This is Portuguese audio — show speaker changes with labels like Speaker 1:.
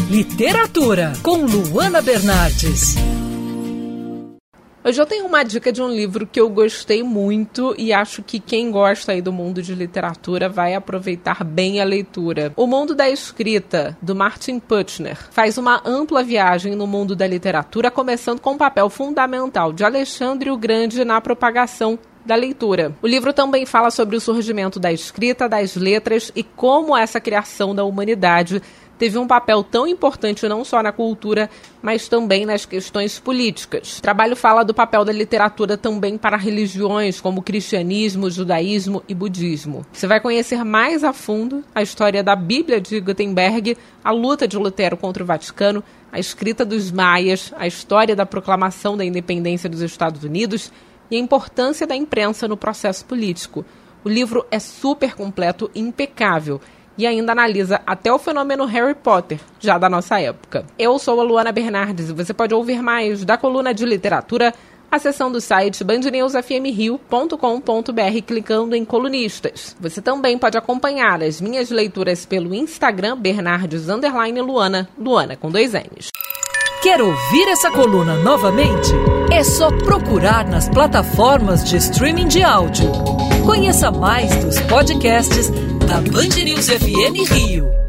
Speaker 1: Literatura, com Luana Bernardes.
Speaker 2: Hoje eu tenho uma dica de um livro que eu gostei muito e acho que quem gosta aí do mundo de literatura vai aproveitar bem a leitura. O Mundo da Escrita, do Martin Putchner, faz uma ampla viagem no mundo da literatura, começando com um papel fundamental de Alexandre o Grande na propagação da leitura. O livro também fala sobre o surgimento da escrita, das letras e como essa criação da humanidade teve um papel tão importante não só na cultura, mas também nas questões políticas. O trabalho fala do papel da literatura também para religiões como o cristianismo, o judaísmo e budismo. Você vai conhecer mais a fundo a história da Bíblia de Gutenberg, a luta de Lutero contra o Vaticano, a escrita dos maias, a história da proclamação da independência dos Estados Unidos e a importância da imprensa no processo político. O livro é super completo e impecável e ainda analisa até o fenômeno Harry Potter, já da nossa época. Eu sou a Luana Bernardes e você pode ouvir mais da coluna de literatura acessando o site bandnewsfmrio.com.br clicando em colunistas. Você também pode acompanhar as minhas leituras pelo Instagram Bernardes_Luana, Luana com 2 N's.
Speaker 1: Quer ouvir essa coluna novamente? É só procurar nas plataformas de streaming de áudio. Conheça mais dos podcasts da Band News FM Rio.